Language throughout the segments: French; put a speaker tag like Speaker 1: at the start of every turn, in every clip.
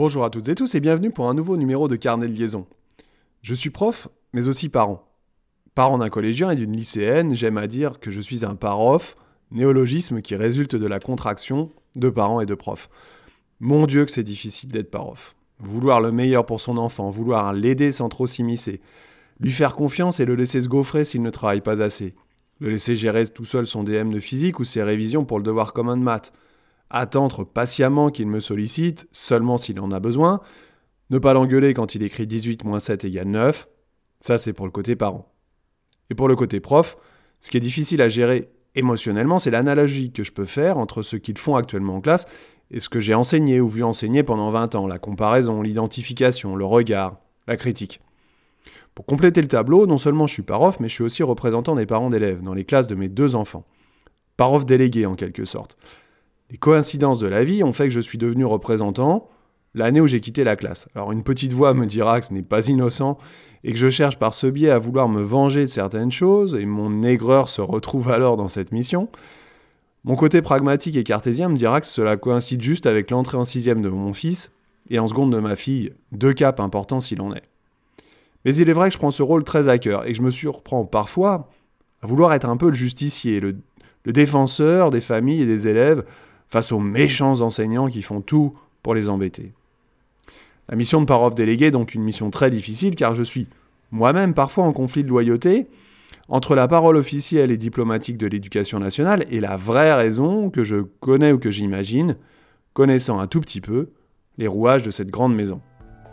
Speaker 1: Bonjour à toutes et tous et bienvenue pour un nouveau numéro de Carnet de liaison. Je suis prof, mais aussi parent. Parent d'un collégien et d'une lycéenne, j'aime à dire que je suis un parof, néologisme qui résulte de la contraction de parents et de profs. Mon Dieu que c'est difficile d'être parof. Vouloir le meilleur pour son enfant, vouloir l'aider sans trop s'immiscer, lui faire confiance et le laisser se gaufrer s'il ne travaille pas assez, le laisser gérer tout seul son DM de physique ou ses révisions pour le devoir commun de maths, attendre patiemment qu'il me sollicite, seulement s'il en a besoin, ne pas l'engueuler quand il écrit 18 moins 7 égale 9, ça c'est pour le côté parent. Et pour le côté prof, ce qui est difficile à gérer émotionnellement, c'est l'analogie que je peux faire entre ce qu'ils font actuellement en classe et ce que j'ai enseigné ou vu enseigner pendant 20 ans, la comparaison, l'identification, le regard, la critique. Pour compléter le tableau, non seulement je suis parof, mais je suis aussi représentant des parents d'élèves dans les classes de mes 2 enfants. Parof délégué en quelque sorte. Les coïncidences de la vie ont fait que je suis devenu représentant l'année où j'ai quitté la classe. Alors une petite voix me dira que ce n'est pas innocent et que je cherche par ce biais à vouloir me venger de certaines choses et mon aigreur se retrouve alors dans cette mission. Mon côté pragmatique et cartésien me dira que cela coïncide juste avec l'entrée en 6e de mon fils et en seconde de ma fille, 2 caps importants s'il en est. Mais il est vrai que je prends ce rôle très à cœur et que je me surprends parfois à vouloir être un peu le justicier, le défenseur des familles et des élèves face aux méchants enseignants qui font tout pour les embêter. La mission de parof délégué est donc une mission très difficile car je suis moi-même parfois en conflit de loyauté entre la parole officielle et diplomatique de l'éducation nationale et la vraie raison que je connais ou que j'imagine, connaissant un tout petit peu les rouages de cette grande maison.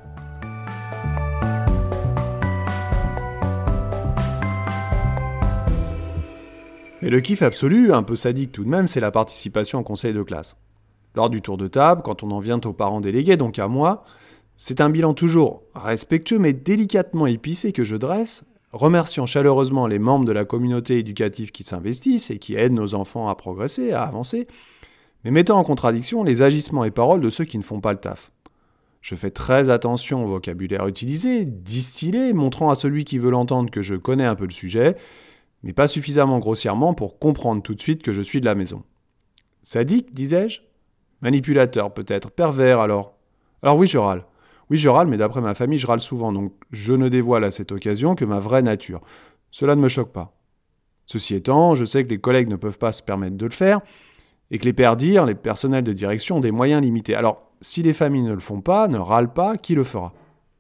Speaker 1: Mais le kiff absolu, un peu sadique tout de même, c'est la participation au conseil de classe. Lors du tour de table, quand on en vient aux parents délégués, donc à moi, c'est un bilan toujours respectueux mais délicatement épicé que je dresse, remerciant chaleureusement les membres de la communauté éducative qui s'investissent et qui aident nos enfants à progresser, à avancer, mais mettant en contradiction les agissements et paroles de ceux qui ne font pas le taf. Je fais très attention au vocabulaire utilisé, distillé, montrant à celui qui veut l'entendre que je connais un peu le sujet, mais pas suffisamment grossièrement pour comprendre tout de suite que je suis de la maison. Sadique, disais-je ? Manipulateur peut-être, pervers alors. Alors oui, je râle. Oui, je râle, mais d'après ma famille, je râle souvent, donc je ne dévoile à cette occasion que ma vraie nature. Cela ne me choque pas. Ceci étant, je sais que les collègues ne peuvent pas se permettre de le faire, et que les pairs dires, les personnels de direction ont des moyens limités. Alors, si les familles ne le font pas, ne râlent pas, qui le fera ?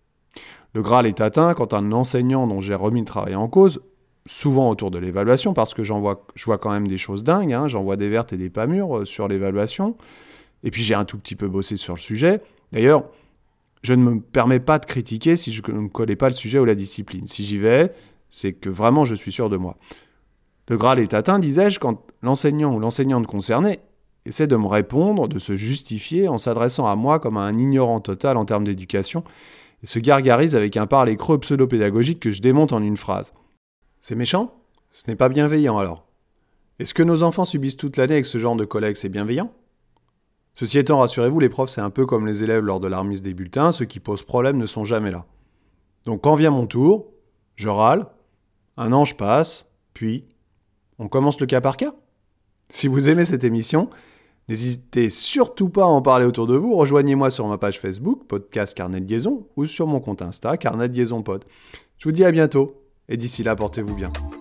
Speaker 1: Le Graal est atteint quand un enseignant dont j'ai remis le travail en cause, souvent autour de l'évaluation, parce que je vois quand même des choses dingues, j'en vois des vertes et des pas mûres sur l'évaluation, et puis j'ai un tout petit peu bossé sur le sujet. D'ailleurs, je ne me permets pas de critiquer si je ne connais pas le sujet ou la discipline. Si j'y vais, c'est que vraiment je suis sûr de moi. Le Graal est atteint, disais-je, quand l'enseignant ou l'enseignante concernée essaie de me répondre, de se justifier en s'adressant à moi comme à un ignorant total en termes d'éducation, et se gargarise avec un parler creux pseudo-pédagogique que je démonte en une phrase. C'est méchant ? Ce n'est pas bienveillant alors. Est-ce que nos enfants subissent toute l'année avec ce genre de collègues, c'est bienveillant ? Ceci étant, rassurez-vous, les profs, c'est un peu comme les élèves lors de la remise des bulletins, ceux qui posent problème ne sont jamais là. Donc quand vient mon tour, je râle, un an je passe, puis on commence le cas par cas. Si vous aimez cette émission, n'hésitez surtout pas à en parler autour de vous, rejoignez-moi sur ma page Facebook, podcast Carnet de liaison, ou sur mon compte Insta, Carnet de liaison pod. Je vous dis à bientôt. Et d'ici là, portez-vous bien.